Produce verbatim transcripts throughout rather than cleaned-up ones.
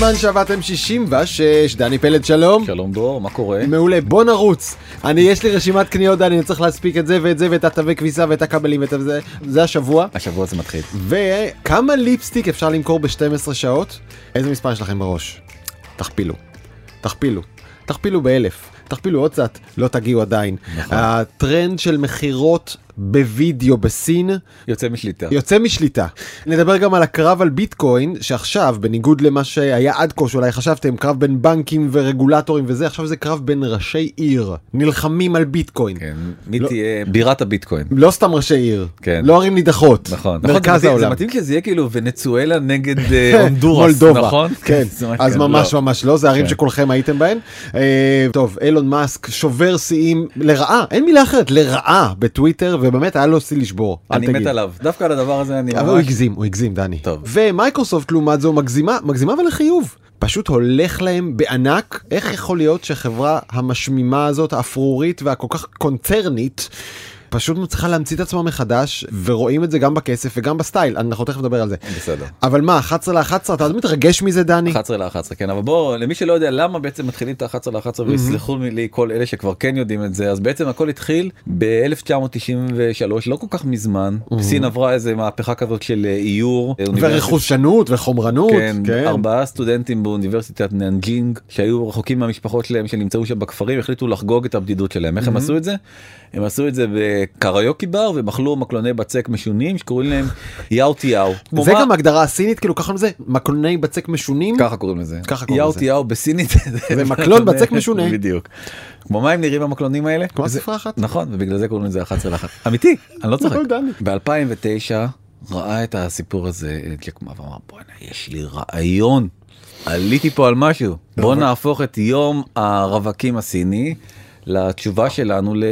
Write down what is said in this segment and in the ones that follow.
זמן שעבדתם שישים ושש, דני פלד שלום. שלום דרור, מה קורה? מעולה, בוא נרוץ. אני, יש לי רשימת קניות, דני, אני צריך להספיק את זה ואת זה ואת התווי כביסה ואת הכבלים ואת זה. זה השבוע. השבוע זה מתחיל. וכמה ליפסטיק אפשר למכור ב-שתים עשרה שעות? איזה מספר יש לכם בראש? תכפילו. תכפילו. תכפילו באלף. תכפילו עוד קצת, לא תגיעו עדיין. נכון. הטרנד של מחירות בווידאו בסין יוצא משליטה. יוצא משליטה. נדבר גם על הקרב על ביטקוין, שעכשיו, בניגוד למה שהיה עד כה, שאולי חשבתם, קרב בין בנקים ורגולטורים וזה, עכשיו זה קרב בין ראשי עיר, נלחמים על ביטקוין. כן, מי לא, תהיה בירת הביטקוין. לא סתם ראשי עיר, כן. לא ערים נידחות, נכון. מרכז נכון, העולם. זה מתאים שזה יהיה כאילו ונצואלה נגד הונדורס, מולדובה, נכון? כן, אז כן, ממש לא. ממש לא, זה ערים כן. שכולכם הייתם בהן. אה, טוב, אילון מאסק שובר שיאים לרעה, אין מילה אחרת, לרעה בטוויטר, ובאמת היה לו שיא לשבור. אני מת עליו, דווקא על הדבר הזה אני ממש... אבל הוא הגזים, הוא הגזים, דני. טוב. ומייקרוסופט לעומת זו מגזימה, מגזימה אבל לחיוב. פשוט הולך להם בענק. איך יכול להיות שחברה המשמימה הזאת, האפרורית והכל כך קונצרנית, פשוט מצליחה להמציא את עצמה מחדש, ורואים את זה גם בכסף וגם בסטייל. אנחנו תכף נדבר על זה. בסדר. אבל מה, אחת עשרה לאחת עשרה, אתה עוד מתרגש מזה, דני? אחת עשרה לאחת עשרה, כן, אבל בוא, למי שלא יודע למה בעצם מתחילים את ה-אחת עשרה לאחת עשרה, ויסלחו לי כל אלה שכבר כן יודעים את זה, אז בעצם הכל התחיל ב-אלף תשע מאות תשעים ושלוש, לא כל כך מזמן. סין עברה איזה מהפכה כזאת של איור. ורכושנות וחומרנות. כן, ארבעה סטודנטים באוניברסיטת ננג'ינג, שהיו רחוקים מהמשפחות שלהם, שנמצאו שם בכפרים, החליטו לחגוג את הבדידות שלהם. איך הם עשו את זה? הם עשו את זה בקריוקי בר, ומחלו מקלוני בצק משונים, שקוראים להם יאו תיאו. זה גם הגדרה הסינית, כאילו ככה לזה, מקלוני בצק משונים. ככה קוראים לזה. יאו תיאו בסינית. זה מקלון בצק משונה. בדיוק. כמו מה הם נראים המקלונים האלה? כמו ספרה אחת. נכון, ובגלל זה קוראים לזה אחת עשרה לאחת. אמיתי, אני לא צוחק. ב-אלפיים ותשע ראה את הסיפור הזה ג'ק מה ואמר, בוא'נה, יש לי רעיון. עליתי פה על משהו. בוא נהפוך את יום הרווקים הסיני לתשובה שלנו ל...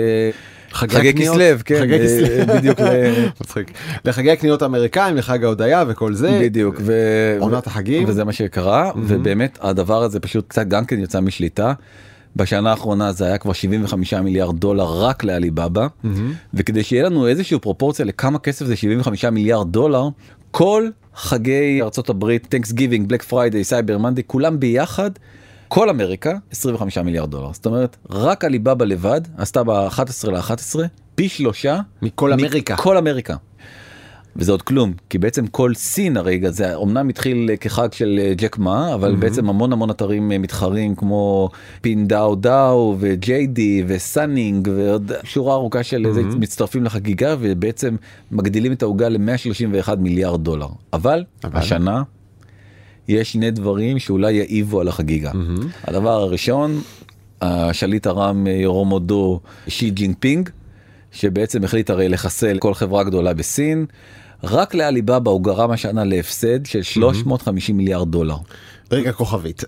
חגי כסלב, כן, חגי כסלב. בדיוק, לחגי הקניות האמריקאים, לחג ההודיה וכל זה. בדיוק, עונת החגים. וזה מה שקרה, ובאמת הדבר הזה פשוט קצת גם כן יצא משליטה. בשנה האחרונה זה היה כבר שבעים וחמישה מיליארד דולר רק לאליבאבא, וכדי שיהיה לנו איזושהי פרופורציה לכמה כסף זה שבעים וחמישה מיליארד דולר, כל חגי ארצות הברית, Thanksgiving, Black Friday, Cyber Monday, כולם ביחד, כל אמריקה, עשרים וחמישה מיליארד דולר. זאת אומרת, רק אליבאבא לבד, עשתה ב-אחת עשרה לאחת עשרה, פי שלושה. מכל אמריקה. מכל אמריקה. וזה עוד כלום, כי בעצם כל סין הרגע, זה אומנם התחיל כחג של ג'ק מה, אבל mm-hmm. בעצם המון המון אתרים מתחרים, כמו פינדאו דאו, וג'יי די, וסאנינג, ועוד שורה ארוכה של mm-hmm. זה, מצטרפים לחגיגה, ובעצם מגדילים את העוגה ל-מאה שלושים ואחד מיליארד דולר. אבל, אבל... השנה... יש שני דברים שאולי יעיבו על החגיגה. Mm-hmm. הדבר הראשון, השליט הרם ירומודו שי ג'ינפינג, שבעצם החליט הרי לחסל כל חברה גדולה בסין, רק לאליבאבא הוא גרם השנה להפסד של שלוש מאות וחמישים מיליארד דולר. רגע כוכבית.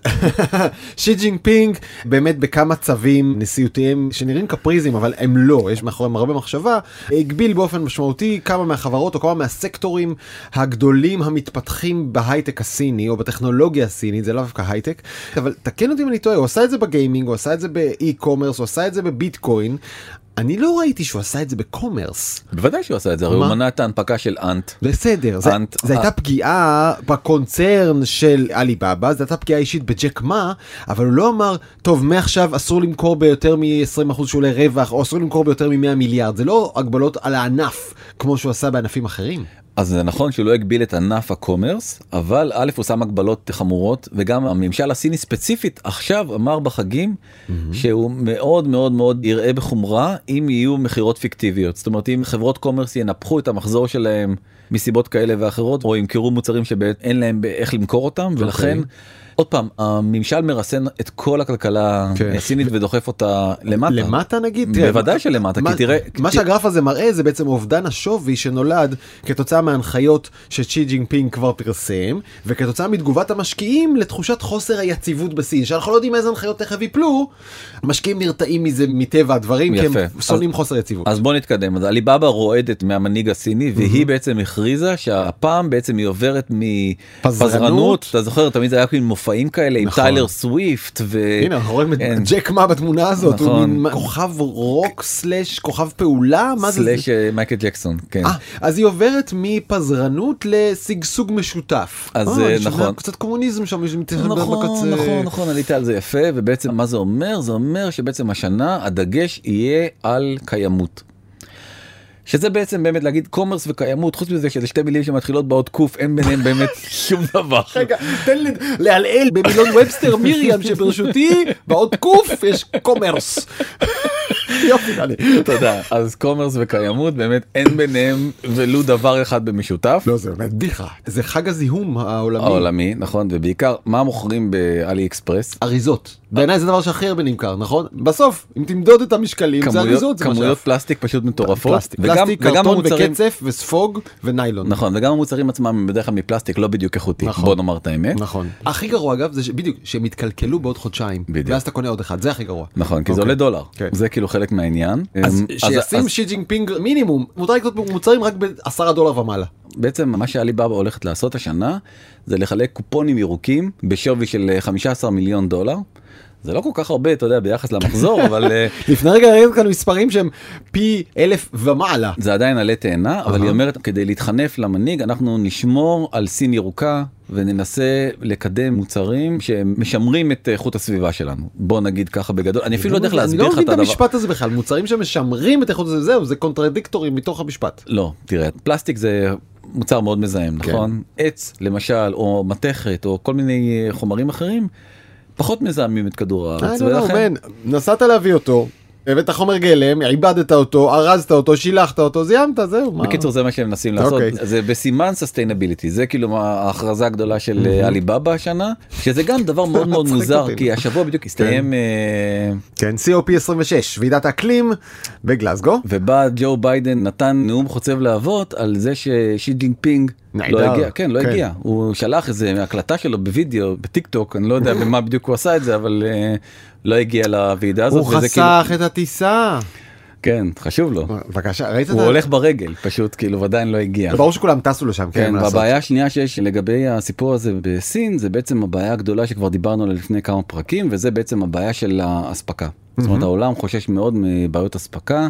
שי ג'ינפינג באמת בכמה צווים נשיאותיים שנראים קפריזים, אבל הם לא, יש מאחוריהם הרבה מחשבה, הגביל באופן משמעותי כמה מהחברות או כמה מהסקטורים הגדולים המתפתחים בהייטק הסיני או בטכנולוגיה הסינית, זה לא דווקא הייטק, אבל תקן אותי אם אני טועה, הוא עשה את זה בגיימינג, הוא עשה את זה באי-קומרס, הוא עשה את זה בביטקוין, אני לא ראיתי שהוא עשה את זה בקומרס. בוודאי שהוא עשה את זה, הרי הוא מנע את ההנפקה של אנט. בסדר, זה, אנט, זה הייתה פגיעה בקונצרן של אליבאבא, זה הייתה פגיעה אישית בג'ק מה, אבל הוא לא אמר, טוב, מעכשיו אסור למכור ביותר מ-עשרים אחוז שולי רווח, או אסור למכור ביותר מ-מאה מיליארד, זה לא הגבלות על הענף, כמו שהוא עשה בענפים אחרים. אז זה נכון שהוא לא הגביל את ענף הקומרס, אבל א' הוא שם הגבלות חמורות, וגם הממשל הסיני ספציפית עכשיו אמר בחגים, mm-hmm. שהוא מאוד מאוד מאוד יראה בחומרה, אם יהיו מחירות פיקטיביות. זאת אומרת, אם חברות קומרס ינפחו את המחזור שלהם מסיבות כאלה ואחרות, או ימכרו מוצרים שאין להם איך למכור אותם, okay. ולכן... עוד פעם, הממשל מרסן את כל הכלכלה הסינית ודוחף אותה למטה. למטה נגיד? בוודאי שלמטה, כי תראה... מה שהגרף הזה מראה זה בעצם אובדן השווי שנולד כתוצאה מההנחיות ששי ג'ינפינג כבר פרסם, וכתוצאה מתגובת המשקיעים לתחושת חוסר היציבות בסין, שאנחנו לא יודעים איזה הנחיות תכף יפלו, המשקיעים נרתעים מזה מטבע הדברים, כי הם שונאים חוסר יציבות. אז בוא נתקדם. אז אליבאבא רועדת מהמנהיג הסיני, והיא בעצם הכריזה שהפעם בעצם היא עוברת מפזרנות. אתה זוכר, תמיד זה היה כאילו מופע מופעים כאלה עם טיילר סוויפט. הנה, אנחנו רואים את ג'ק מה בתמונה הזאת, הוא מין כוכב רוק סלש כוכב פעולה, מה זה? סלש מייקל ג'קסון, כן. אז היא עוברת מפזרנות לסגסוג משותף. אז נכון. קצת קומוניזם שם. נכון, נכון, נכון, עלית על זה יפה, ובעצם מה זה אומר? זה אומר שבעצם השנה הדגש יהיה על קיימות. שזה בעצם באמת להגיד קומרס וקיימות, חוץ מזה שזה שתי מילים שמתחילות באות קוף, אין ביניהם באמת שום דבר. רגע, תן לי להלעל במילון ובסטר מיריאם שברשותי, באות קוף יש קומרס. יופי, דני. תודה. אז קומרס וקיימות, באמת אין ביניהם ולו דבר אחד במשותף. לא, זה באמת בדיחה. זה חג הזיהום העולמי. העולמי, נכון, ובעיקר, מה מוכרים באלי אקספרס? אריזות. בעיניי זה דבר שהכי הרבה נמכר, נכון? בסוף, אם תמדוד את המשקלים, זה אריזות. כמויות פלסטיק פשוט מטורפות. פלסטיק, קרטון וקצף וספוג וניילון. נכון, וגם המוצרים עצמם הם בדרך כלל מפלסטיק, לא בדיוק איכותי. בוא נאמר את האמת. נכון. הכי גרוע אגב, זה בדיוק, שהם יתקלקלו בעוד חודשיים. ואז אתה קונה עוד אחד, זה הכי גרוע. נכון, כי זה עולה דולר. זה כאילו חלק מהעניין. אז שישים שי ג'ינפינג מינימום, מותר לקנות מוצרים רק בעשרה דולר ומעלה. בעצם מה שאליבאבא הולכת לעשות השנה, זה לחלק קופונים ירוקים בשווי של חמישה עשר מיליון דולר. זה לא כל כך הרבה, אתה יודע, ביחס למחזור, אבל... לפני רגע ראינו כאן מספרים שהם פי אלף ומעלה. זה עדיין עלה תאנה, אבל היא אומרת, כדי להתחנף למנהיג, אנחנו נשמור על סין ירוקה, וננסה לקדם מוצרים שמשמרים את איכות הסביבה שלנו. בוא נגיד ככה בגדול. אני אפילו לא יודע איך להסביר לך את הדבר. אני לא מבין את המשפט הזה בכלל. מוצרים שמשמרים את איכות הסביבה, זהו, זה קונטרדיקטורי מתוך המשפט. לא, תראה, פלסטיק זה מוצר מאוד מזהם, נכון? עץ, למשל, או מתכת, או כל מיני חומרים אחרים, פחות מזהמים את כדור הארץ. לא, לא, מן, נסעת להביא אותו, הבאת חומר גלם, עיבדת אותו, ארזת אותו, שילחת אותו, זיימת, זהו. בקיצור, זה מה שהם מנסים לעשות. זה בסימן ססטיינביליטי, זה כאילו ההכרזה הגדולה של אליבאבא השנה, שזה גם דבר מאוד מאוד מוזר, כי השבוע בדיוק הסתיים... כן, סי או פי עשרים ושש, ועידת האקלים בגלסגו. ובא ג'ו ביידן נתן נאום חוצב להבות על זה ששי ג'ינפינג לא הגיע, כן, לא הגיע. הוא שלח איזה הקלטה שלו בווידאו, בטיק טוק, אני לא יודע במה בדיוק הוא עשה את זה, אבל לא הגיע לוועידה הזאת. הוא חסך את הטיסה. כן, חשוב לו. בבקשה, ראית את זה? הוא הולך ברגל, פשוט, כאילו, ועדיין לא הגיע. ברור שכולם טסו לשם, כן, והבעיה השנייה שיש לגבי הסיפור הזה בסין, זה בעצם הבעיה הגדולה שכבר דיברנו עליה לפני כמה פרקים, וזה בעצם הבעיה של ההספקה. זאת אומרת, העולם חושש מאוד מבעיות הספקה.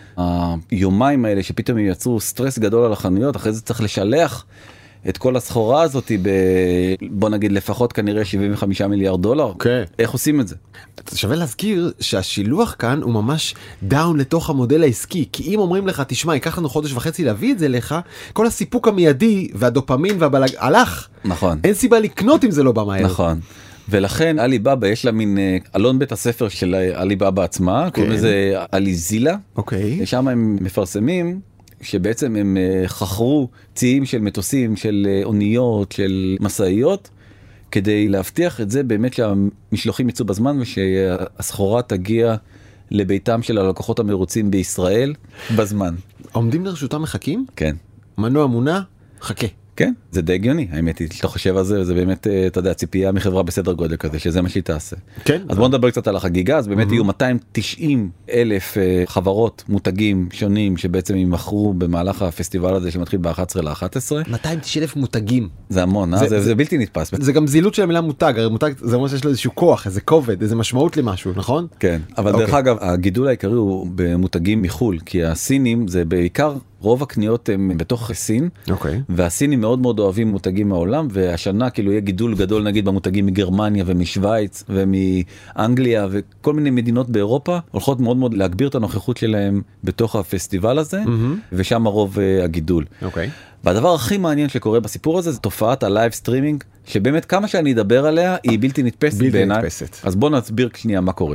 היומיים האלה שפתאום יצרו סטרס גדול על החנויות, אחרי זה צריך לשלח את כל הסחורה הזאת ב... בוא נגיד לפחות כנראה שבעים וחמישה מיליארד דולר. Okay. איך עושים את זה? שווה להזכיר שהשילוח כאן הוא ממש דאון לתוך המודל העסקי, כי אם אומרים לך, תשמע, ייקח לנו חודש וחצי להביא את זה לך, כל הסיפוק המיידי והדופמין והבלג הלך. נכון. אין סיבה לקנות אם זה לא בא מהר. נכון. ולכן אליבאבא יש לה מין אלון בית הספר של אליבאבא עצמה, okay. קוראים לזה אליזילה. אוקיי. Okay. ושם הם מפרסמים שבעצם הם חכרו ציים של מטוסים, של אוניות, של מסעיות, כדי להבטיח את זה באמת שהמשלוחים יצאו בזמן ושהסחורה תגיע לביתם של הלקוחות המרוצים בישראל בזמן. עומדים לרשותם מחכים? כן. מנוע מונע? חכה. כן, זה די הגיוני, האמת היא, שאתה חושב על זה, זה באמת, אתה יודע, ציפייה מחברה בסדר גודל כזה, שזה מה שהיא תעשה. כן. אז בואו נדבר קצת על החגיגה, אז באמת יהיו מאתיים ותשעים אלף חברות, מותגים שונים, שבעצם ימכרו במהלך הפסטיבל הזה, שמתחיל ב-אחת עשרה לאחת עשרה. מאתיים ותשעים אלף מותגים. זה המון, זה, זה, זה בלתי נתפס. זה גם זילות של המילה מותג, הרי מותג זה אומר שיש לו איזשהו כוח, איזה כובד, איזה משמעות למשהו, נכון? כן, אבל דרך אגב, הגידול העיקרי הוא במותגים מחול, כי הסינים זה בעיקר רוב הקניות הם בתוך סין, okay. והסינים מאוד מאוד אוהבים מותגים מהעולם, והשנה כאילו יהיה גידול גדול נגיד במותגים מגרמניה ומשוויץ ומאנגליה וכל מיני מדינות באירופה, הולכות מאוד מאוד להגביר את הנוכחות שלהם בתוך הפסטיבל הזה, mm-hmm. ושם הרוב uh, הגידול. אוקיי. והדבר הכי מעניין שקורה בסיפור הזה, זה תופעת הלייב סטרימינג, שבאמת כמה שאני אדבר עליה, היא בלתי נתפסת בלתי בעיניי. נתפסת. אז בואו נסביר שנייה מה קורה.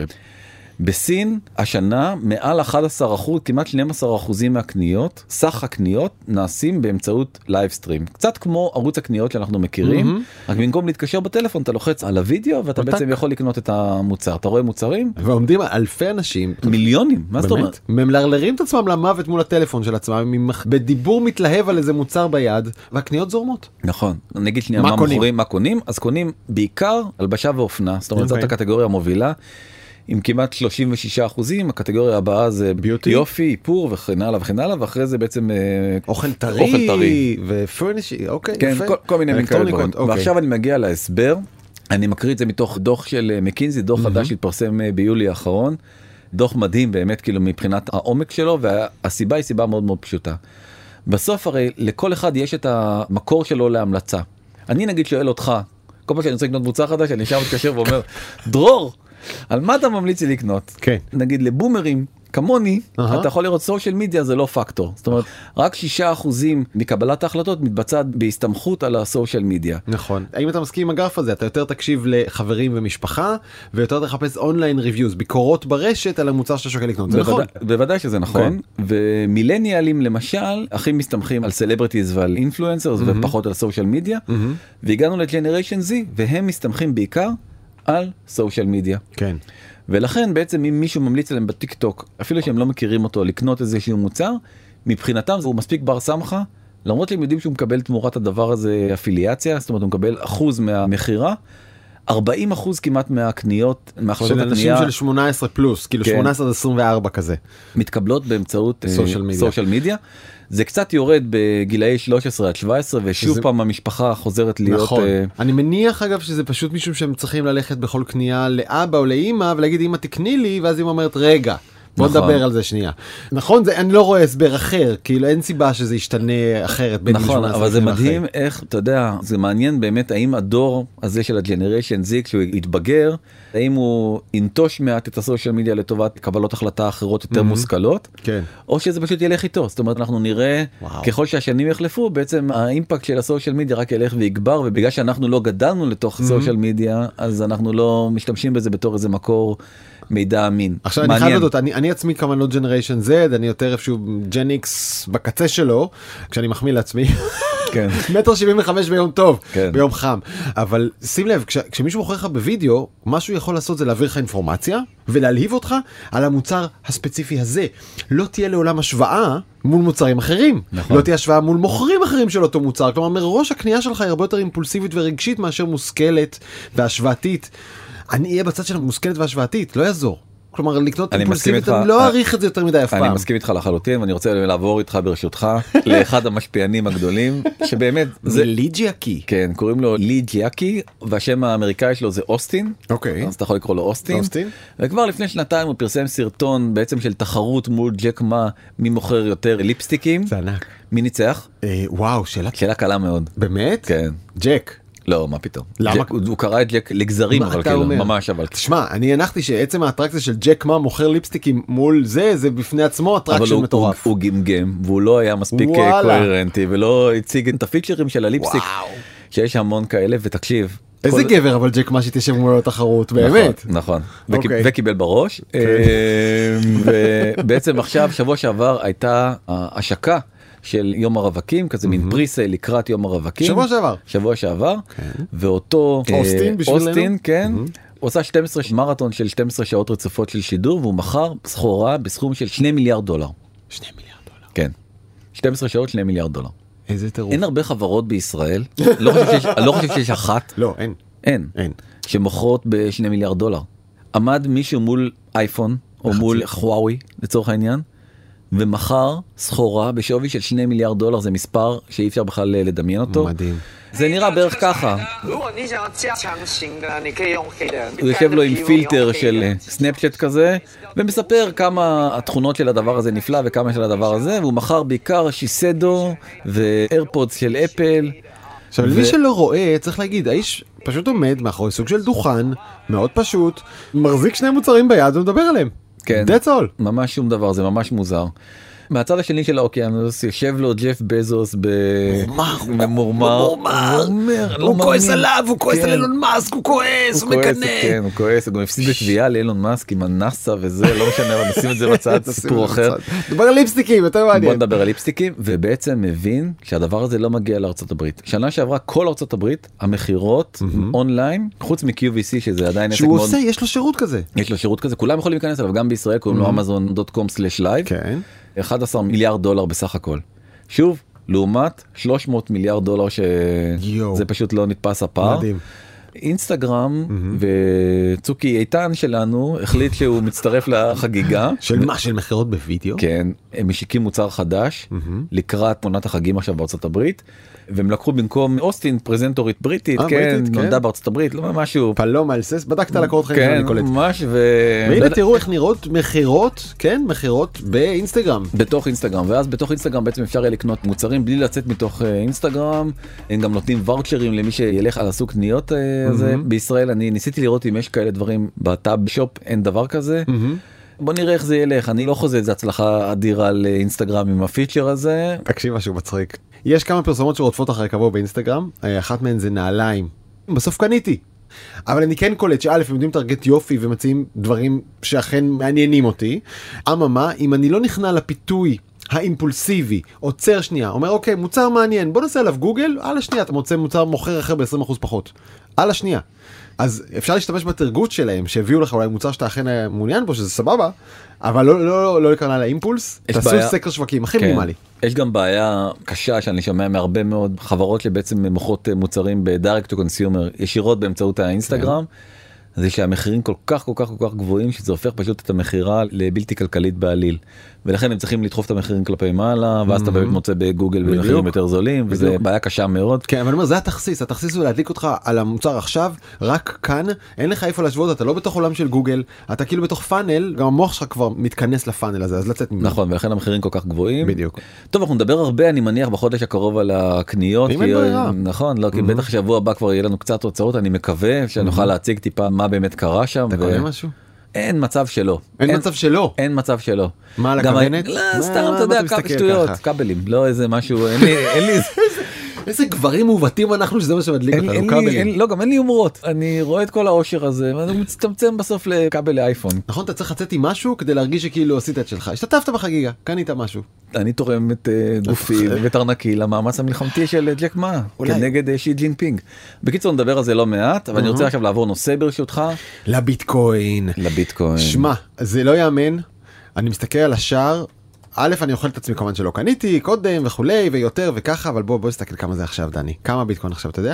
בסין השנה מעל אחד עשר אחוז, כמעט שנים עשר אחוזים מהקניות, סך הקניות נעשים באמצעות לייב סטרים. קצת כמו ערוץ הקניות שאנחנו מכירים, mm-hmm. רק במקום להתקשר בטלפון אתה לוחץ על הוידאו ואתה אותק. בעצם יכול לקנות את המוצר. אתה רואה מוצרים? ועומדים אלפי אנשים. מיליונים, מה זאת אומרת? ממלרלרים את עצמם למוות מול הטלפון של עצמם, בדיבור מתלהב על איזה מוצר ביד, והקניות זורמות. נכון. נגיד שנייה מה, מה מוכרים, מה קונים? אז קונים בעיקר הלבשה ואופנה, זאת אומרת okay. זאת הקטגוריה המובילה. עם כמעט שלושים ושישה אחוזים, הקטגוריה הבאה זה ביוטי, יופי, איפור וכן הלאה וכן הלאה, ואחרי זה בעצם אוכל טרי, אוכל טרי. ופרנישי, אוקיי, כן, יפה. כל, כל מיני כאלה דברים. אוקיי. ועכשיו אני מגיע להסבר אני מקריא את זה מתוך דוח של מקינזי, דוח חדש שהתפרסם ביולי האחרון, דוח מדהים באמת כאילו מבחינת העומק שלו, והסיבה היא סיבה מאוד מאוד פשוטה. בסוף הרי לכל אחד יש את המקור שלו להמלצה. אני נגיד שואל אותך, כל פעם שאני רוצה לקנות מוצר חדש, אני שם מתקשר ואומר, דרור, על מה אתה ממליץ לי לקנות? כן. נגיד לבומרים, כמוני, Aha. אתה יכול לראות סושיאל מדיה זה לא פקטור. זאת אומרת, רק שישה אחוזים מקבלת ההחלטות מתבצעת בהסתמכות על הסושיאל מדיה. נכון. האם אתה מסכים עם הגרף הזה? אתה יותר תקשיב לחברים ומשפחה, ויותר תחפש אונליין ריוויוז, ביקורות ברשת על המוצר שאתה שוקל לקנות. זה נכון? בוודאי שזה נכון. ומילניאלים למשל, הכי מסתמכים על סלבריטיז ועל אינפלואנסרס, ופחות על סושיאל מדיה. והגענו לג'נריישן זי, והם מסתמכים בעיקר על סושיאל מדיה. כן. ולכן בעצם אם מישהו ממליץ עליהם בטיק טוק, אפילו שהם לא מכירים אותו, לקנות איזשהו מוצר, מבחינתם הוא מספיק בר סמכה, למרות שהם יודעים שהוא מקבל תמורת הדבר הזה אפיליאציה, זאת אומרת הוא מקבל אחוז מהמחירה, ארבעים אחוז כמעט מהקניות, מהחלטות הקנייה. של אנשים של שמונה עשרה פלוס, כאילו שמונה עשרה עד עשרים וארבע כזה. מתקבלות באמצעות סושיאל מדיה. זה קצת יורד בגילאי שלוש עשרה עד שבע עשרה, ושוב פעם המשפחה חוזרת להיות... נכון. אני מניח אגב שזה פשוט משום שהם צריכים ללכת בכל קנייה לאבא או לאמא, ולהגיד אמא תקני לי, ואז אמא אומרת רגע. בוא נדבר על זה שנייה. נכון, זה, אני לא רואה הסבר אחר, כאילו אין סיבה שזה ישתנה אחרת. נכון, אבל זה מדהים איך, אתה יודע, זה מעניין באמת האם הדור הזה של הג'נריישן זי, כשהוא יתבגר, האם הוא ינטוש מעט את הסושיאל מדיה לטובת קבלות החלטה אחרות יותר מושכלות, כן. או שזה פשוט ילך איתו. זאת אומרת, אנחנו נראה, ככל שהשנים יחלפו, בעצם האימפקט של הסושיאל מדיה רק ילך ויגבר, ובגלל שאנחנו לא גדלנו לתוך סושיאל מדיה, אז אנחנו לא משתמשים בזה בתור איזה מקור מידע אמין. עכשיו אני חייב לדעת, אני, אני עצמי כמה לא ג'נריישן זד, אני יותר איפשהו ג'ן איקס בקצה שלו, כשאני מחמיא לעצמי. כן. מטר שבעים וחמש ביום טוב, כן. ביום חם. אבל שים לב, כש, כשמישהו מוכר לך בווידאו, מה שהוא יכול לעשות זה להעביר לך אינפורמציה, ולהלהיב אותך על המוצר הספציפי הזה. לא תהיה לעולם השוואה מול מוצרים אחרים. נכון. לא תהיה השוואה מול מוכרים אחרים של אותו מוצר. כלומר, מראש הקנייה שלך היא הרבה יותר אימפולסיבית ורגשית מאשר מושכלת והשוואתית. אני אהיה בצד של המושכלת והשוואתית, לא יעזור. כלומר, לקנות אימפולסיבית, אני לא אעריך את זה יותר מדי אף פעם. אני מסכים איתך לחלוטין, ואני רוצה לעבור איתך ברשותך לאחד המשפיענים הגדולים, שבאמת... זה לי ג'יאקי. כן, קוראים לו לי ג'יאקי, והשם האמריקאי שלו זה אוסטין. אוקיי. אז אתה יכול לקרוא לו אוסטין. אוסטין. וכבר לפני שנתיים הוא פרסם סרטון בעצם של תחרות מול ג'ק מה, מי מוכר יותר ליפסטיקים. זה ענק. מי ניצח? וואו, שאלה... שאלה קלה מאוד. באמת? כן. ג'ק. לא, מה פתאום? למה? ג'ק, הוא קרא את ג'ק לגזרים, אבל כאילו, אומר? ממש, אבל... תשמע, אני הנחתי שעצם האטרקציה של ג'ק מה מוכר ליפסטיקים מול זה, זה בפני עצמו אטרקשן מטורף. הוא, הוא גמגם, והוא לא היה מספיק קוהרנטי, ולא הציג את הפיצ'רים של הליפסטיק, וואו. שיש המון כאלה, ותקשיב. איזה כל... גבר אבל ג'ק מה שתשב מול התחרות, באמת. נכון, נכון. Okay. וקיבל בראש. Okay. ובעצם עכשיו, שבוע שעבר, הייתה השקה, של יום הרווקים, כזה מין פריסייל לקראת יום הרווקים. שבוע שעבר. שבוע שעבר. ואותו... אוסטין בשבילנו. אוסטין, כן. הוא עושה שתים עשרה מרתון של שתים עשרה שעות רצופות של שידור, והוא מכר סחורה בסכום של שני מיליארד דולר. שני מיליארד דולר. כן. שתים עשרה שעות, שני מיליארד דולר. איזה טירוף. אין הרבה חברות בישראל, לא חושב שיש, לא חושב שיש אחת. לא, אין. אין. אין. שמוכרות בשני מיליארד דולר. עמד מישהו מול אייפון, או מול חוואוי, לצורך העניין, ומחר סחורה בשווי של שני מיליארד דולר, זה מספר שאי אפשר בכלל לדמיין אותו. מדהים. זה נראה בערך ככה. הוא יושב לו עם פילטר של סנאפצ'אט כזה, ומספר כמה התכונות של הדבר הזה נפלא וכמה של הדבר הזה, והוא מחר בעיקר שיסדו ואיירפודס של אפל. עכשיו, למי שלא רואה, צריך להגיד, האיש פשוט עומד מאחורי סוג של דוכן, מאוד פשוט, מחזיק שני מוצרים ביד ומדבר עליהם. כן. That's all. ממש שום דבר, זה ממש מוזר. מהצד השני של האוקיינוס יושב לו ג'ף בזוס במורמר, הוא כועס עליו, הוא כועס על אילון מאסק, הוא כועס, הוא מקנא. כן, הוא כועס, הוא גם הפסיד בתביעה לאילון מאסק עם הנאסא וזה, לא משנה, אבל נשים את זה בצד, סיפור אחר. דבר על ליפסטיקים, יותר מעניין. בוא נדבר על ליפסטיקים, ובעצם מבין שהדבר הזה לא מגיע לארצות הברית. שנה שעברה כל ארצות הברית, המחירות אונליין, חוץ מ-קיו וי סי, שזה עדיין עסק מאוד... שהוא עושה, יש לו שירות כזה. יש לו שירות כזה, כולם יכולים להיכנס אליו, גם בישראל, קוראים לו אמזון דוט קום סלש לייב. כן. אחד עשר מיליארד דולר בסך הכל. שוב, לעומת שלוש מאות מיליארד דולר שזה פשוט לא נתפס הפער. מדהים. אינסטגרם וצוקי איתן שלנו החליט שהוא מצטרף לחגיגה. של מה? של מחירות בווידאו? כן, הם משיקים מוצר חדש לקראת עונת החגים עכשיו בארצות הברית, והם לקחו במקום אוסטין פרזנטורית בריטית, כן, נולדה בארצות הברית, לא משהו. פלום אלסס, בדקת על הקורות חיים שאני קולט. כן, ממש. והנה תראו איך נראות מחירות, כן, מחירות באינסטגרם. בתוך אינסטגרם, ואז בתוך אינסטגרם בעצם אפשר יהיה לקנות מוצרים בלי לצאת מתוך אינסטגרם, הם גם נותנים ואוצ'רים למי שילך על הסוג קניות הזה. בישראל אני ניסיתי לראות אם יש כאלה דברים בטאב שופ, אין דבר כזה. בוא נראה איך זה ילך, אני לא חוזה את זה הצלחה אדירה לאינסטגרם עם הפיצ'ר הזה. תקשיב משהו מצחיק. יש כמה פרסומות שרודפות אחרי קבוע באינסטגרם, אחת מהן זה נעליים. בסוף קניתי. אבל אני כן קולט שא' הם יודעים תרגט יופי ומציעים דברים שאכן מעניינים אותי. אממה, אם אני לא נכנע לפיתוי האימפולסיבי, עוצר שנייה, אומר אוקיי, מוצר מעניין, בוא נעשה עליו גוגל, על השנייה אתה מוצא מוצר מוכר אחר ב-עשרים אחוז פחות. על השנייה. אז אפשר להשתמש בתרגות שלהם, שהביאו לך אולי מוצר שאתה אכן מעוניין בו, שזה סבבה, אבל לא, לא, לא לקרנה לאימפולס, תעשו בעיה... סקר שווקים, הכי כן. מינימלי. יש גם בעיה קשה שאני שומע מהרבה מאוד חברות שבעצם מוכרות מוצרים ב-direct to consumer, ישירות באמצעות האינסטגרם, כן. זה שהמחירים כל כך כל כך כל כך גבוהים, שזה הופך פשוט את המחירה לבלתי כלכלית בעליל. ולכן הם צריכים לדחוף את המחירים כלפי מעלה, ואז אתה באמת מוצא בגוגל במחירים יותר זולים, וזה בעיה קשה מאוד. כן, אבל אני אומר, זה התכסיס, התכסיס הוא להדליק אותך על המוצר עכשיו, רק כאן, אין לך איפה להשוות, אתה לא בתוך עולם של גוגל, אתה כאילו בתוך פאנל, גם המוח שלך כבר מתכנס לפאנל הזה, אז לצאת ממנו. נכון, ולכן המחירים כל כך גבוהים. בדיוק. טוב, אנחנו נדבר הרבה, אני מניח, בחודש הקרוב על הקניות. אם אין ברירה. נכון, לא, כי בטח שבוע הבא כבר יהיה לנו קצת הוצאות, אני מקווה שנוכל להציג טיפה מה באמת קרה שם. אתה קונה משהו? אין מצב שלא. אין מצב שלא. אין מצב שלא. מה, על הכוונת? לא, סתם, אתה יודע, שטויות, כבלים, לא איזה משהו, אין לי... איזה גברים מעוותים אנחנו, שזה מה שמדליק אותנו, כבלים. לא, גם אין לי יומרות. אני רואה את כל העושר הזה, ואני מצטמצם בסוף לכבל לאייפון. נכון, אתה צריך לצאת עם משהו כדי להרגיש שכאילו עשית את שלך. השתתפת בחגיגה, קנית משהו. אני תורם את גופי ותרנקי למאמץ המלחמתי של ג'ק מה, כנגד שי ג'ינפינג. בקיצור, נדבר על זה לא מעט, אבל אני רוצה עכשיו לעבור נושא ברשותך. לביטקוין. לביטקוין. שמע, זה לא יאמן. אני מסתכל על השער, א', אני אוכל את עצמי כמובן שלא קניתי, קודם וכולי, ויותר וככה, אבל בוא, בוא נסתכל כמה זה עכשיו, דני. כמה ביטקוין עכשיו, אתה יודע?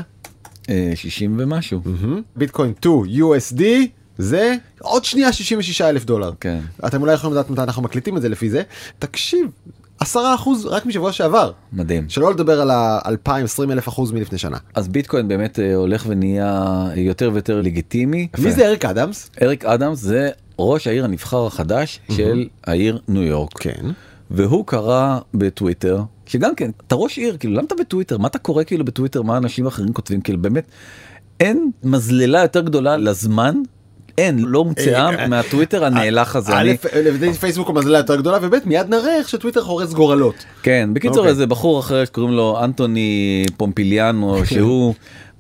שישים ומשהו. ביטקוין שתיים יו אס די זה עוד שנייה שישים ושישה אלף דולר. כן. אתם אולי יכולים לדעת מתי אנחנו מקליטים את זה לפי זה. תקשיב, עשרה אחוז רק משבוע שעבר. מדהים. שלא לדבר על ה-אלפיים עשרים אלף אחוז מלפני שנה. אז ביטקוין באמת הולך ונהיה יותר ויותר לגיטימי. מי זה אריק אדמס? אריק אדמס זה ראש העיר הנבחר החדש של העיר ניו יורק. כן. והוא קרא בטוויטר, שגם כן, אתה ראש עיר, כאילו, למה אתה בטוויטר? מה אתה קורא כאילו בטוויטר? מה אנשים אחרים כותבים? כאילו, באמת, אין מזללה יותר גדולה לזמן, אין, לא מוצאה מהטוויטר הנאלח הזה. א', לבדי פייסבוק הוא מזללה יותר גדולה, וב' מיד נראה איך שטוויטר חורץ גורלות. כן, בקיצור, איזה בחור אחר שקוראים לו אנטוני פומפיליאנו, שהוא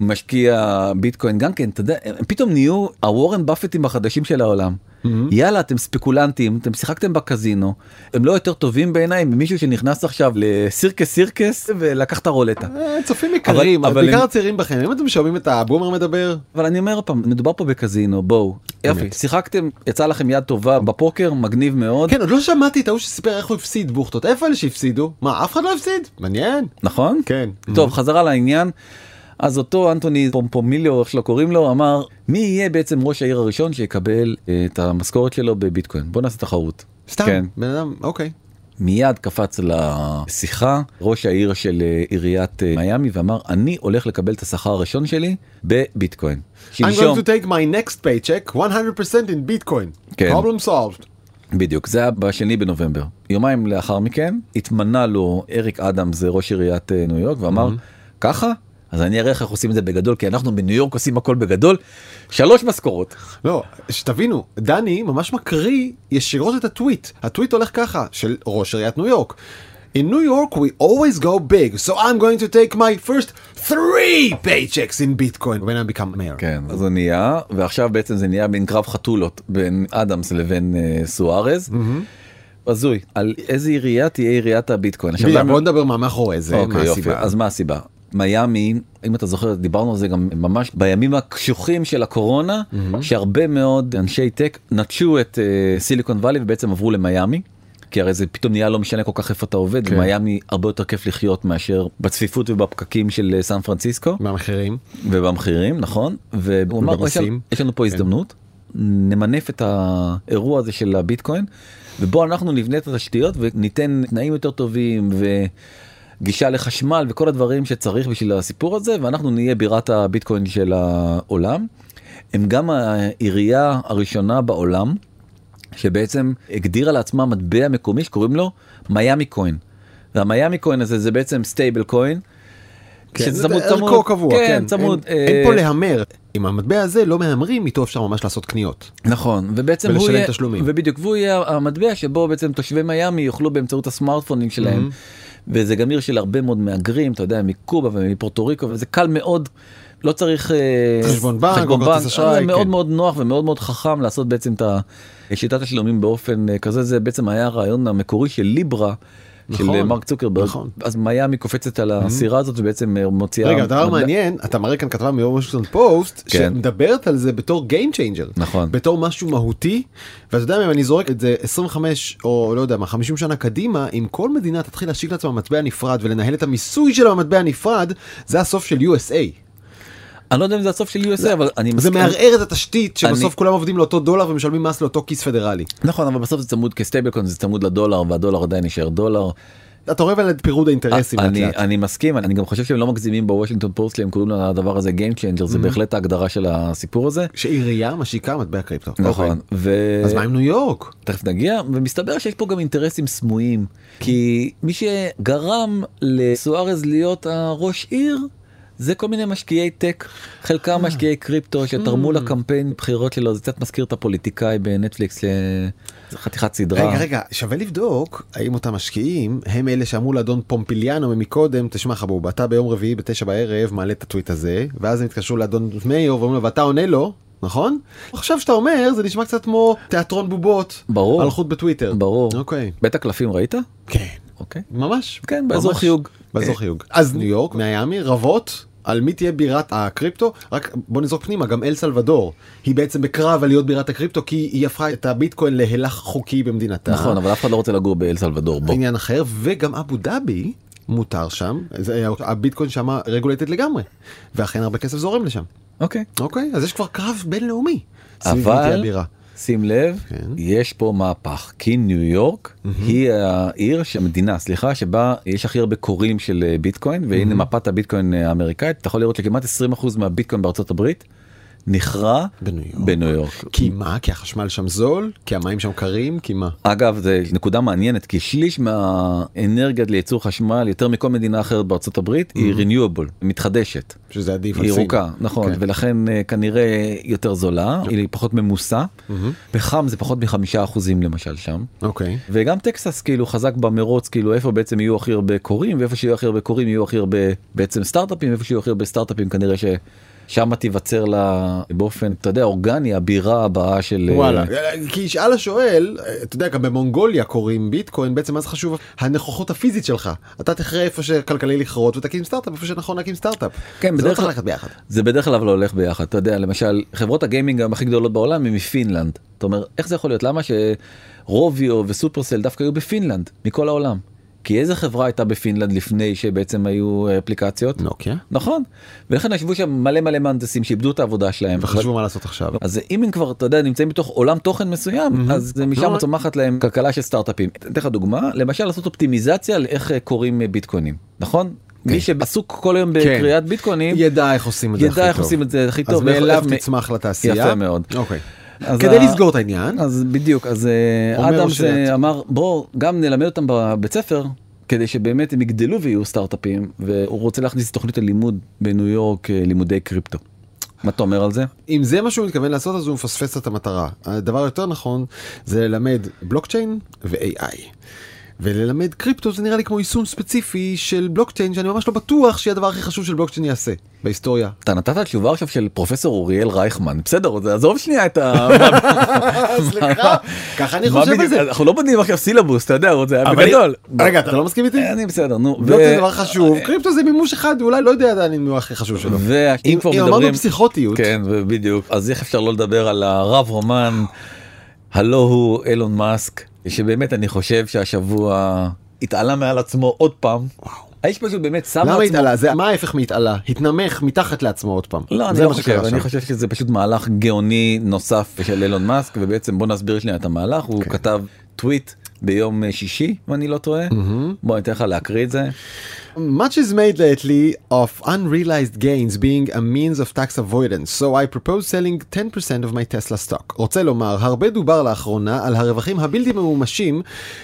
משקיע ביטקוין, גם כן, אתה יודע, הם פתאום נהיו הוורן באפטים החדשים של העולם. יאללה, אתם ספקולנטים, אתם שיחקתם בקזינו, הם לא יותר טובים בעיניי ממישהו שנכנס עכשיו לסירקס סירקס ולקח את הרולטה. צופים עיקרים, בעיקר הצעירים בכם, אם אתם שומעים את הבומר מדבר. אבל אני אומר פעם, מדובר פה בקזינו, בואו, יופי, שיחקתם, יצא לכם יד טובה בפוקר, מגניב מאוד. כן, עוד לא שמעתי את ההוא שסיפר איך הוא הפסיד בוכטות, איפה אלה שהפסידו? מה, אף אחד לא הפסיד? מעניין. נכון? כן. טוב, חזרה לעניין. אז אותו אנטוני פומפומיליו, איך שלא קוראים לו, אמר, מי יהיה בעצם ראש העיר הראשון שיקבל את המשכורת שלו בביטקוין? בוא נעשה תחרות. סתם, כן. בן אדם, אוקיי. מיד קפץ לשיחה, ראש העיר של עיריית מיאמי, ואמר, אני הולך לקבל את השכר הראשון שלי בביטקוין. I'm going to take my next paycheck one hundred percent in Bitcoin. כן. Problem solved. בדיוק, זה היה בשני בנובמבר. יומיים לאחר מכן, התמנה לו אריק אדמס, זה ראש עיריית ניו יורק, ואמר, mm-hmm. ככה? אז אני אראה איך עושים את זה בגדול, כי אנחנו בניו יורק עושים הכל בגדול, שלוש משכורות. לא, שתבינו, דני ממש מקריא ישירות את הטוויט. הטוויט הולך ככה, של ראש עיריית ניו יורק. In New York we always go big, so I'm going to take my first three paychecks in Bitcoin when I become mayor. כן, אז הוא נהיה, ועכשיו בעצם זה נהיה בין קרב חתולות, בין אדמס לבין uh, סוארז. Mm-hmm. הזוי, על איזה עירייה תהיה עיריית הביטקוין. בוא בוא נדבר מה מאחורי זה, אוקיי, מה יופי, הסיבה. אז מה הסיבה? מיאמי, אם אתה זוכר, דיברנו על זה גם ממש בימים הקשוחים של הקורונה, mm-hmm. שהרבה מאוד אנשי טק נטשו את סיליקון uh, ואלי ובעצם עברו למיאמי, כי הרי זה פתאום נהיה לא משנה כל כך איפה אתה עובד, כן. ומיימי הרבה יותר כיף לחיות מאשר בצפיפות ובפקקים של סן פרנסיסקו. במחירים. ובמחירים, נכון. והוא אמר, יש לנו פה הזדמנות, נמנף את האירוע הזה של הביטקוין, ובו אנחנו נבנה את התשתיות וניתן תנאים יותר טובים וגישה לחשמל וכל הדברים שצריך בשביל הסיפור הזה, ואנחנו נהיה בירת הביטקוין של העולם. הם גם העירייה הראשונה בעולם, שבעצם הגדירה לעצמה מטבע מקומי שקוראים לו מיימי קוין. והמיימי קוין הזה זה בעצם סטייבל קוין. כן, זה ערכו קבוע, כן, כן. צמוד. אין פה להמר. עם המטבע הזה לא מהמרים, איתו אפשר ממש לעשות קניות. נכון, ובעצם הוא ולשלם יהיה, תשלומים. ובדיוק, והוא יהיה המטבע שבו בעצם תושבי מיימי יוכלו באמצעות הסמארטפונים שלהם, וזה גם עיר של הרבה מאוד מהגרים, אתה יודע, מקובה ומפורטו ריקו, וזה קל מאוד, לא צריך חשבון בנק, חשבון או כרטיס אשראי, מאוד כן. מאוד נוח ומאוד מאוד חכם לעשות בעצם את שיטת השלומים באופן כזה, זה בעצם היה הרעיון המקורי של ליברה, נכון, של מרק צוקרברג. נכון. אז מיימי קופצת על הסירה הזאת ובעצם מוציאה... רגע, דבר מעניין, אתה מראה כאן כתבה מוושינגטון פוסט, כן. שמדברת על זה בתור Game Changer. נכון. בתור משהו מהותי, ואתה יודע, אם אני זורק את זה עשרים וחמש או לא יודע מה, חמישים שנה קדימה, אם כל מדינה תתחיל להשיק לעצמה מטבע נפרד ולנהל את המיסוי של המטבע נפרד, זה הסוף של יו אס איי. אני לא יודע אם זה הסוף של יו אס איי, אבל אני זה מסכים. מערער את התשתית שבסוף אני- כולם עובדים לאותו דולר ומשלמים מס לאותו כיס פדרלי. נכון, אבל בסוף זה צמוד כסטייבלקוין, זה צמוד לדולר, והדולר עדיין נשאר דולר. אתה רואה על פירוד האינטרסים. אני, לאט לאט. אני מסכים, אני גם חושב שהם לא מגזימים בוושינגטון פוסט, הם קוראים לדבר הזה Game Changer, זה בהחלט ההגדרה של הסיפור הזה. שעירייה משיקה מטבע קריפטו. נכון. אוקיי. ו... אז מה עם ניו יורק? תכף נגיע, ומסתבר שיש פה גם אינטרסים סמויים, כי מי שגרם לסוארז להיות הראש עיר, זה כל מיני משקיעי טק, חלקם משקיעי קריפטו שתרמו לקמפיין בחירות שלו, זה קצת מזכיר את הפוליטיקאי בנטפליקס, זה חתיכת סדרה. רגע, רגע, שווה לבדוק האם אותם משקיעים הם אלה שאמרו לאדון פומפיליאנו מקודם, תשמע חבוב, אתה ביום רביעי בתשע בערב מעלה את הטוויט הזה, ואז הם התקשרו לאדון מאיו ואומרים לו, ואתה עונה לו, נכון? עכשיו שאתה אומר, זה נשמע קצת כמו תיאטרון בובות. ברור. על חוט בטוויטר. ברור. אוקיי. בית הקלפים ראית? כן. אוקיי. ממש. כן, באזור ממש. חיוג. באזור חיוג. אז ניו יורק, מיימי, רבות. על מי תהיה בירת הקריפטו, רק בוא נזרוק פנימה, גם אל סלבדור, היא בעצם בקרב על להיות בירת הקריפטו, כי היא הפכה את הביטקוין להילך חוקי במדינתה. נכון, אבל אף אחד לא רוצה לגור באל סלבדור, בוא. עניין אחר, וגם אבו דאבי מותר שם, זה, הביטקוין שם רגולטד לגמרי, ואכן הרבה כסף זורם לשם. אוקיי. אוקיי, אז יש כבר קרב בינלאומי. סביב מי תהיה אבל, הבירה. שים לב, כן. יש פה מהפך, כי ניו יורק היא העיר, המדינה, סליחה, שבה יש הכי הרבה קוראים של ביטקוין, והנה מפת הביטקוין האמריקאית, אתה יכול לראות שכמעט עשרים אחוז מהביטקוין בארצות הברית, נכרע בניו יורק. בניו יורק. כי מה? כי החשמל שם זול? כי המים שם קרים? כי מה? אגב, זו נקודה מעניינת, כי שליש מהאנרגיה לייצור חשמל, יותר מכל מדינה אחרת בארצות הברית, היא renewable, מתחדשת. שזה עדיף על היא סין. ירוקה, נכון, כן. ולכן אה, כנראה יותר זולה, היא פחות ממוסה. פחם זה פחות מחמישה אחוזים למשל שם. אוקיי. וגם טקסס כאילו חזק במרוץ, כאילו איפה בעצם יהיו הכי הרבה קוראים, ואיפה שיהיו הכי הרבה קוראים יהיו הכי הרבה בעצם סטארט-אפים, ואיפה שיהיו הכי הרבה סטארט-אפים כנראה ש... שם תיווצר לה באופן, אתה יודע, אורגני, הבירה הבאה של... וואלה, כי ישאל השואל, אתה יודע, גם במונגוליה קוראים ביטקוין, בעצם מה זה חשוב? הנוכחות הפיזית שלך. אתה תחרה איפה שכלכלי לכרות ותקים סטארט-אפ, איפה שנכון להקים סטארט-אפ. כן, זה לא בדרך צריך כלל- ללכת ביחד. זה בדרך כלל אבל לא הולך ביחד, אתה יודע, למשל, חברות הגיימינג גם הכי גדולות בעולם הם מפינלנד. אתה אומר, איך זה יכול להיות? למה שרוביו וסופרסל דווקא היו בפינלנד, מכל העולם? כי איזה חברה הייתה בפינלנד לפני שבעצם היו אפליקציות? נוקיה. נכון. ולכן ישבו שם מלא מלא מהנדסים שאיבדו את העבודה שלהם. וחשבו מה לעשות עכשיו. אז אם הם כבר, אתה יודע, נמצאים בתוך עולם תוכן מסוים, אז משם צומחת להם כלכלה של סטארט-אפים. אתן לך דוגמה, למשל לעשות אופטימיזציה לאיך קוראים ביטקוינים, נכון? מי שעסוק כל היום בקריאת ביטקוינים, ידע איך עושים את זה הכי טוב. ידע איך עושים את זה הכי טוב. אז ואיך- מאליו איך- תצמח לתעשייה. יפה מאוד. אוקיי. אז כדי ה- לסגור את העניין. אז בדיוק, אז אה, אומר אדם שאת- זה אמר, בוא גם נלמד אותם בבית ספר, כדי שבאמת הם יגדלו ויהיו סטארט-אפים, והוא רוצה להכניס תוכנית הלימוד בניו יורק, אה, לימודי קריפטו. מה אתה אומר על זה? אם זה מה שהוא מתכוון לעשות, אז הוא מפספס את המטרה. הדבר יותר נכון זה ללמד בלוקצ'יין ו-איי איי. וללמד קריפטו זה נראה לי כמו יישום ספציפי של בלוקצ'יין, שאני ממש לא בטוח שהיא הדבר הכי חשוב של בלוקצ'יין יעשה בהיסטוריה. אתה נתת תשובה עכשיו של פרופסור אוריאל רייכמן, בסדר, זה עזוב שנייה את ה... סליחה, ככה אני מה חושב על בדיוק? זה. אנחנו לא בונים עכשיו סילבוס, אתה יודע, זה היה אבל- בגדול. רגע, אתה לא מסכים איתי? אני בסדר, נו. בלוקצ'יין זה דבר חשוב, קריפטו זה מימוש אחד, אולי לא יודע עדיין המימוש הכי חשוב שלו. ואם אם כבר אם אמרנו מדברים... פסיכוטיות, כן, בדיוק. אז איך אפשר לא לדבר על הרב רומן, הלא הוא אילון מאסק, שבאמת אני חושב שהשבוע התעלה מעל עצמו עוד פעם. וואו. האיש פשוט באמת שם לעצמו... למה התעלה? זה מה ההפך מהתעלה? התנמך מתחת לעצמו עוד פעם. לא, אני לא חושב, אני חושב שזה פשוט מהלך גאוני נוסף של אילון מאסק, ובעצם בוא נסביר שנייה את המהלך, הוא כתב טוויט ביום שישי, אם אני לא טועה. בוא ניתן לך להקריא את זה. Much is made lately of unrealized gains being a means of tax avoidance, so I propose selling ten percent of my Tesla stock. רוצה לומר, הרבה דובר לאחרונה על הרווחים הבלתי ממומשים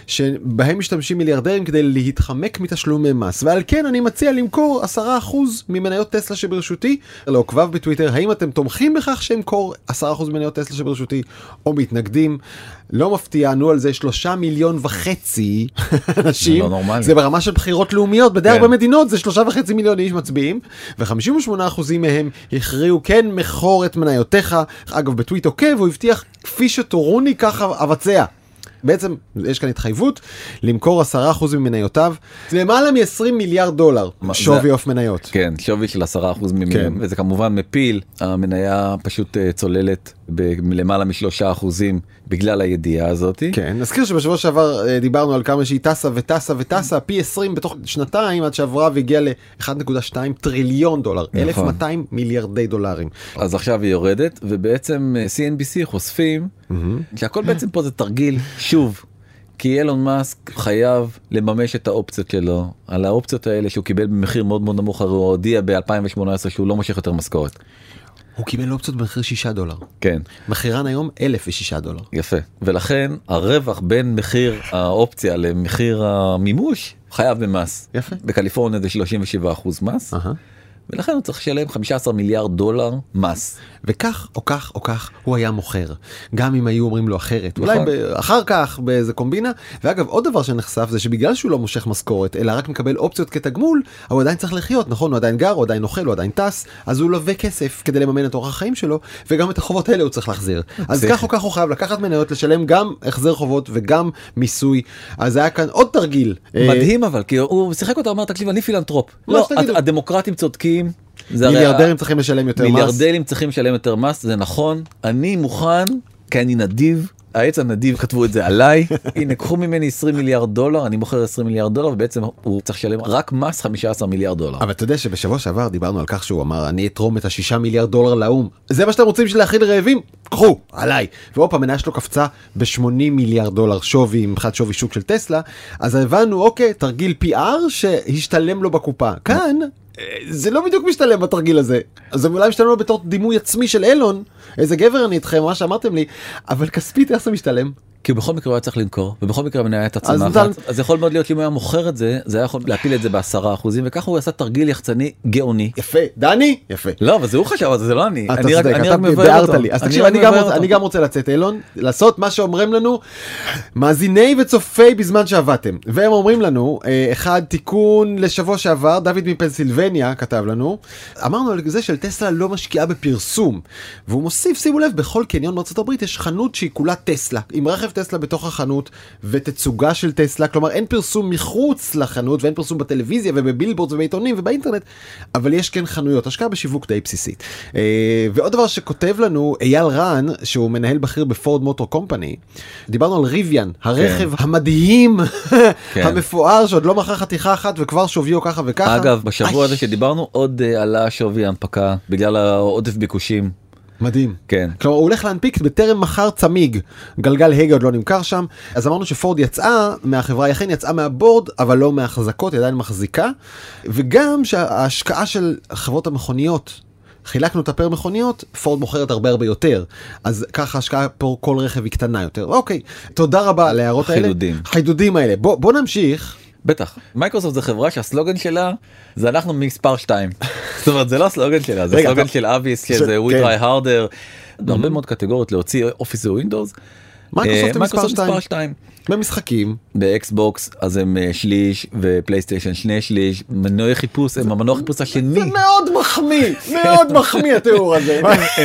שבהם משתמשים מיליארדרים כדי להתחמק מתשלומי מס, ועל כן אני מציע למכור עשרה אחוז ממניות טסלה שברשותי. לעוקביו בטוויטר, האם אתם תומכים בכך שאמכור עשרה אחוז ממניות טסלה שברשותי או מתנגדים? לא מפתיע, ענו על זה שלושה מיליון וחצי אנשים. זה לא נורמלי. זה ברמה של בחירות לאומיות, בדי הרבה מדינות זה שלושה וחצי מיליון איש מצביעים, ו-חמישים ושמונה אחוזים מהם הכריעו כן מכור את מניותיך. אגב, בטוויט עוקב הוא הבטיח, כפי שתורוני ככה אבצע. בעצם יש כאן התחייבות למכור עשרה אחוז ממניותיו, למעלה מ-עשרים מיליארד דולר שווי אוף מניות. כן, שווי של עשרה אחוז ממניותיו, וזה כמובן מפיל, המניה פשוט צוללת בלמעלה משלושה אחוזים בגלל הידיעה הזאת. כן, נזכיר שבשבוע שעבר דיברנו על כמה שהיא טסה וטסה וטסה, פי עשרים בתוך שנתיים עד שעברה והגיעה ל-אחד נקודה שתיים טריליון דולר, אלף ומאתיים מיליארדי דולרים. אז עכשיו היא יורדת, ובעצם סי אן בי סי חושפים שהכל בעצם פה זה תרגיל, שוב, כי אילון מאסק חייב לממש את האופציות שלו, על האופציות האלה שהוא קיבל במחיר מאוד מאוד נמוך, הוא הודיע ב-אלפיים ושמונה עשרה שהוא לא מושך יותר משכורת. הוא קיבל אופציות במחיר שישה דולר. כן. מחירן היום אלף ושישה דולר. יפה. ולכן הרווח בין מחיר האופציה למחיר המימוש חייב במס. יפה. בקליפורניה זה שלושים ושבעה אחוז מס. אהה. ולכן הוא צריך לשלם חמישה עשר מיליארד דולר מס. וכך או כך או כך הוא היה מוכר. גם אם היו אומרים לו אחרת. נכון. אולי אחר כך באיזה קומבינה. ואגב, עוד דבר שנחשף זה שבגלל שהוא לא מושך משכורת, אלא רק מקבל אופציות כתגמול, הוא עדיין צריך לחיות, נכון? הוא עדיין גר, הוא עדיין אוכל, הוא עדיין טס, אז הוא לווה כסף כדי לממן את אורח החיים שלו, וגם את החובות האלה הוא צריך להחזיר. אז כך או כך הוא חייב לקחת מניות, לשלם גם החזר חובות וגם מיסוי. אז היה כאן עוד תרגיל. מדהים אבל, כי הוא שיחק אותה, אמר, תקשיב, אני פילנטרופ. לא, הדמוקרטים צודקים. מיליארדרים צריכים לשלם יותר מס. מיליארדרים צריכים לשלם יותר מס, זה נכון. אני מוכן, כי אני נדיב, העץ הנדיב כתבו את זה עליי, הנה, קחו ממני עשרים מיליארד דולר, אני מוכר עשרים מיליארד דולר, ובעצם הוא צריך לשלם רק מס חמישה עשר מיליארד דולר. אבל אתה יודע שבשבוע שעבר דיברנו על כך שהוא אמר, אני אתרום את השישה מיליארד דולר לאום. זה מה שאתם רוצים של להכיל רעבים? קחו, עליי. ואופה, המניה שלו קפצה ב-שמונים מיליארד דולר שווי, מבחינת שווי שוק של טסלה, אז הבנו, אוקיי, תרגיל פי אר שהשתלם לו בקופה. כאן, זה לא בדיוק משתלם בתרגיל הזה. אז זה אולי משתלם לו בתור דימוי עצמי של אילון, איזה גבר אני איתכם, מה שאמרתם לי, אבל כספית איך זה משתלם? כי בכל מקרה הוא היה צריך למכור, ובכל מקרה המניה הייתה צמחת, אז יכול מאוד להיות שאם הוא היה מוכר את זה, זה היה יכול להפיל את זה בעשרה אחוזים, וככה הוא עשה תרגיל יחצני גאוני. יפה, דני? יפה. לא, אבל זה הוא חשב, זה לא אני. אתה צודק, אתה מבארת לי. אז תקשיב, אני גם רוצה לצאת, אילון, לעשות מה שאומרים לנו, מאזיני וצופי בזמן שעבדתם. והם אומרים לנו, אחד, תיקון לשבוע שעבר, דוד מפנסילבניה כתב לנו, אמרנו על זה של טסלה לא משקיעה בפרסום, והוא מוסיף, שימו לב, בכל קניון בארצות הברית יש חנות שהיא כולה טסלה, עם רכב טסלה בתוך החנות ותצוגה של טסלה, כלומר אין פרסום מחוץ לחנות ואין פרסום בטלוויזיה ובבילבורדס ובעיתונים ובאינטרנט, אבל יש כן חנויות, השקעה בשיווק די בסיסית. ועוד דבר שכותב לנו אייל רן, שהוא מנהל בכיר בפורד מוטור קומפני, דיברנו על ריוויאן, הרכב המדהים, המפואר שעוד לא מכר חתיכה אחת וכבר שוויו ככה וככה. אגב, בשבוע הזה שדיברנו עוד עלה שווי ההנפקה בגלל העודף ביקושים. מדהים. כן. כלומר, הוא הולך להנפיק בטרם מחר צמיג. גלגל הגה עוד לא נמכר שם. אז אמרנו שפורד יצאה מהחברה, היא אכן יצאה מהבורד, אבל לא מהחזקות, היא עדיין מחזיקה. וגם שההשקעה של חברות המכוניות, חילקנו את הפר מכוניות, פורד מוכרת הרבה הרבה יותר. אז ככה ההשקעה פה כל רכב היא קטנה יותר. אוקיי, תודה רבה על ההערות האלה. חידודים. חידודים האלה. בוא, בוא נמשיך. בטח. מייקרוסופט זה חברה שהסלוגן שלה זה אנחנו מספר שתיים. זאת אומרת, זה לא הסלוגן שלה, זה הסלוגן של אביס, שזה we try harder. הרבה מאוד קטגוריות להוציא אופיס ווינדוס. מייקרוסופט מספר שתיים. במשחקים. באקסבוקס אז הם שליש, ופלייסטיישן שני שליש, מנועי חיפוש הם המנוע חיפוש השני. זה מאוד מחמיא, מאוד מחמיא התיאור הזה.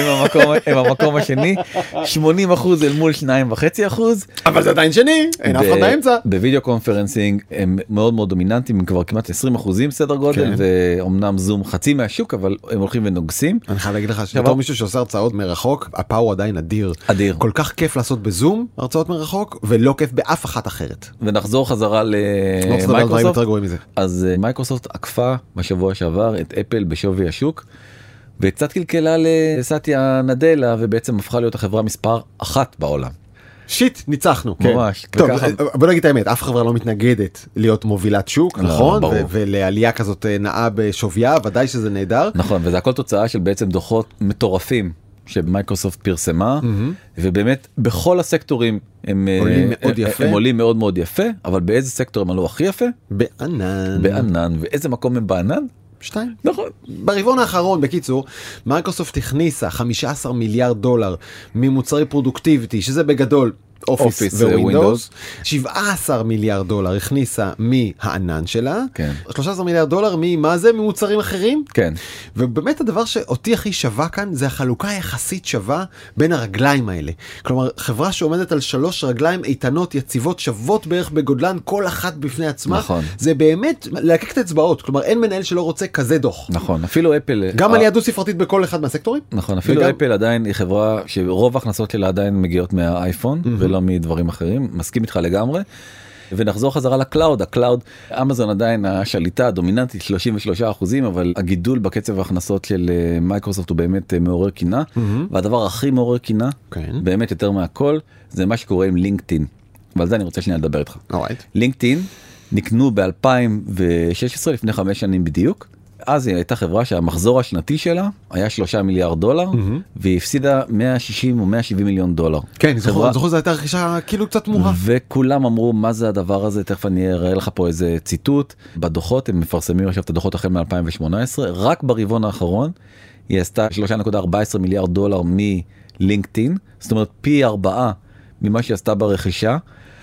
הם המקום השני, שמונים אחוז אל מול שניים וחצי אחוז. אבל זה עדיין שני, אין אף אחד באמצע. בווידאו קונפרנסינג הם מאוד מאוד דומיננטיים, הם כבר כמעט עשרים אחוזים סדר גודל, ואומנם זום חצי מהשוק, אבל הם הולכים ונוגסים. אני חייב להגיד לך שבתור מישהו שעושה הרצאות מרחוק, הפאור עדיין אדיר. אדיר. כל כך כיף לעשות בזום הרצאות מרחוק, ולא כיף באף אף אחת אחרת. ונחזור חזרה למייקרוסופט. אז מייקרוסופט עקפה בשבוע שעבר את אפל בשווי השוק, וקצת קלקלה לסטיה נדלה, ובעצם הפכה להיות החברה מספר אחת בעולם. שיט, ניצחנו. ממש. טוב, בוא נגיד את האמת, אף חברה לא מתנגדת להיות מובילת שוק, נכון? ולעלייה כזאת נאה בשוויה, ודאי שזה נהדר. נכון, וזה הכל תוצאה של בעצם דוחות מטורפים שמייקרוסופט פרסמה, ובאמת בכל הסקטורים הם עולים מאוד מאוד יפה, אבל באיזה סקטור הם עלו הכי יפה? בענן. בענן, ואיזה מקום הם בענן? שתיים. נכון. ברבעון האחרון, בקיצור, מייקרוסופט הכניסה חמישה עשר מיליארד דולר ממוצרי פרודוקטיביטי, שזה בגדול אופיס ווינדוס, שבעה עשר מיליארד דולר הכניסה מהענן שלה, כן. שלושה עשר מיליארד דולר ממה זה? ממוצרים אחרים? כן. ובאמת הדבר שאותי הכי שווה כאן, זה החלוקה היחסית שווה בין הרגליים האלה. כלומר, חברה שעומדת על שלוש רגליים איתנות, יציבות, שוות בערך בגודלן, כל אחת בפני עצמה, נכון. זה באמת להקק את האצבעות. כלומר, אין מנהל שלא רוצה כזה דוח. נכון, אפילו אפל... גם עלייה דו-ספרתית בכל אחד מהסקטורים? נכון, אפילו וגם... אפל עדיין היא חברה שרוב ההכנסות שלה עדיין מגיעות מהאייפון, mm-hmm. ולא מדברים אחרים, מסכים איתך לגמרי. ונחזור חזרה לקלאוד, הקלאוד, אמזון עדיין השליטה הדומיננטית שלושים ושלושה אחוזים, אבל הגידול בקצב ההכנסות של מייקרוסופט הוא באמת מעורר קינה, mm-hmm. והדבר הכי מעורר קינה, okay. באמת יותר מהכל, זה מה שקורה עם לינקדאין. ועל זה אני רוצה שנייה לדבר איתך. Right. לינקדאין נקנו ב-אלפיים ושש עשרה, לפני חמש שנים בדיוק, אז היא הייתה חברה שהמחזור השנתי שלה היה שלושה מיליארד דולר, mm-hmm. והיא הפסידה מאה ושישים או מאה ושבעים מיליון דולר. כן, זוכר, זוכר, זו הייתה רכישה כאילו קצת מורה. וכולם אמרו, מה זה הדבר הזה? תכף אני אראה לך פה איזה ציטוט. בדוחות, הם מפרסמים עכשיו את הדוחות החל מ-אלפיים ושמונה עשרה, רק ברבעון האחרון, היא עשתה שלוש נקודה ארבע עשרה מיליארד דולר מלינקדאין, זאת אומרת פי ארבעה ממה שהיא עשתה ברכישה,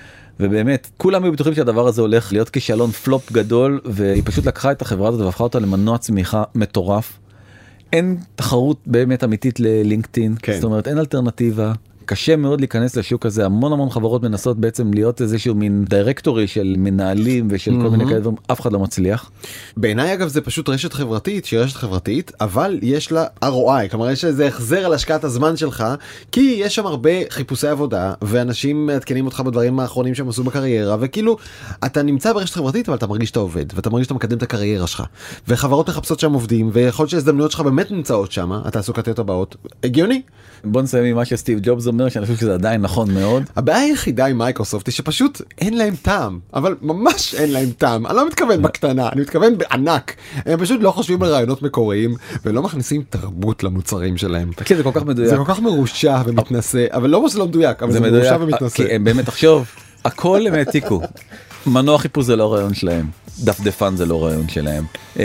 ובאמת, כולם היו בטוחים שהדבר הזה הולך להיות כישלון פלופ גדול, והיא פשוט לקחה את החברה הזאת והפכה אותה למנוע צמיחה מטורף. אין תחרות באמת אמיתית ללינקדאין, כן. זאת אומרת, אין אלטרנטיבה. קשה מאוד להיכנס לשוק הזה, המון המון חברות מנסות בעצם להיות איזשהו מין דירקטורי של מנהלים ושל כל מיני כאלה דברים, אף אחד לא מצליח. בעיניי אגב זה פשוט רשת חברתית, שהיא רשת חברתית, אבל יש לה אר או איי, כלומר יש איזה החזר על השקעת הזמן שלך, כי יש שם הרבה חיפושי עבודה, ואנשים מעדכנים אותך בדברים האחרונים שהם עשו בקריירה, וכאילו, אתה נמצא ברשת חברתית, אבל אתה מרגיש שאתה עובד, ואתה מרגיש שאתה מקדם את הקריירה שלך, וחברות מחפשות שם עובדים, ויכול להיות שההזדמנויות שלך באמת נמצאות שם, התעסוקתיות הבאות. הגיוני? בוא נסיים עם מה שסטיב ג'ובס אומר, שאני חושב שזה עדיין נכון מאוד. הבעיה היחידה עם מייקרוסופט היא שפשוט אין להם טעם, אבל ממש אין להם טעם. אני לא מתכוון בקטנה, אני מתכוון בענק. הם פשוט לא חושבים על רעיונות מקוריים, ולא מכניסים תרבות למוצרים שלהם. תקשיב, זה כל כך מדויק. זה כל כך מרושע ומתנשא, אבל לא שזה לא מדויק, אבל זה מרושע ומתנשא. כי הם באמת, תחשוב, הכל הם העתיקו. מנוע חיפוש זה לא רעיון שלהם. דפדפן זה לא רעיון שלהם.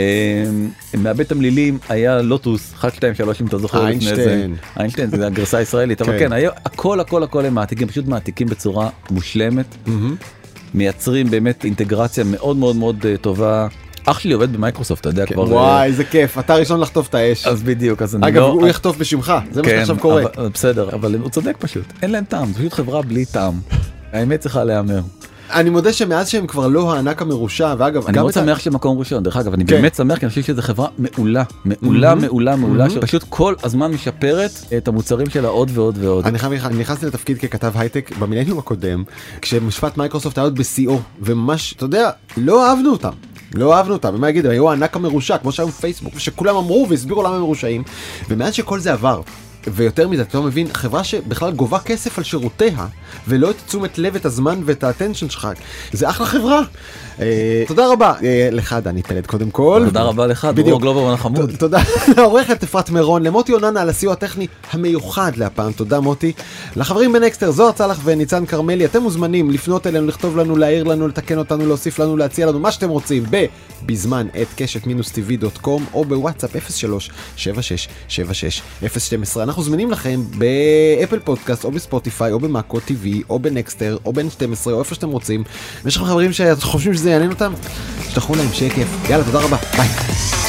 מעבד תמלילים היה לוטוס, אחת, שתיים, שלוש, אם אתה זוכר לפני זה. איינשטיין, זה הגרסה הישראלית, אבל כן, הכל, הכל, הכל הם מעתיקים, פשוט מעתיקים בצורה מושלמת, מייצרים באמת אינטגרציה מאוד מאוד מאוד טובה. אח שלי עובד במייקרוסופט, אתה יודע כבר... וואי, איזה כיף, אתה ראשון לחטוף את האש. אז בדיוק, אז אני לא... אגב, הוא יחטוף בשמך, זה מה שעכשיו קורה. בסדר, אבל הוא צודק פשוט, אין להם טעם, פשוט חברה בלי טעם. האמת צריכה להיאמר. אני מודה שמאז שהם כבר לא הענק המרושע, ואגב... אני מאוד שמח שמקום ראשון, דרך אגב, אני באמת שמח, כי אני חושב שזו חברה מעולה, מעולה, מעולה, מעולה, שפשוט כל הזמן משפרת את המוצרים שלה עוד ועוד ועוד. אני נכנסתי לתפקיד ככתב הייטק במילניום הקודם, כשמשפט מייקרוסופט היה עוד ב-סי או, וממש, אתה יודע, לא אהבנו אותם. לא אהבנו אותם, ומה יגיד, היו הענק המרושע, כמו שהיום פייסבוק, שכולם אמרו והסבירו למה הם מרושעים, ומאז שכל זה עבר, ויותר מזה, אתה לא מבין, חברה שבכלל גובה כסף על שירותיה, ולא את תשומת לב, את הזמן ואת האטנשן שלך. זה אחלה חברה. תודה רבה לך, דני פלד, קודם כל. תודה רבה לך, דרור גלובר החמוד. תודה לעורכת אפרת מירון, למוטי אוננה על הסיוע הטכני המיוחד להפעם. תודה מוטי. לחברים בנקסטר, זוהר צלח וניצן קרמלי, אתם מוזמנים לפנות אלינו, לכתוב לנו, להעיר לנו, לתקן אותנו, להוסיף לנו, להציע לנו מה שאתם רוצים בזמן את קשת טי וי דוט קום או בוואטסאפ אפס שלוש שבע שש שבע שש אפס שתים עשרה. אנחנו זמינים לכם באפל פודקאסט או בספוטיפיי או במאקו טי וי או בנקסטר או בין שתים עשרה או איפה שאתם רוצים. יש לכם חברים שחושבים שזה יעניין אותם? שתחו להם, שיהיה כיף. יאללה, תודה רבה. ביי.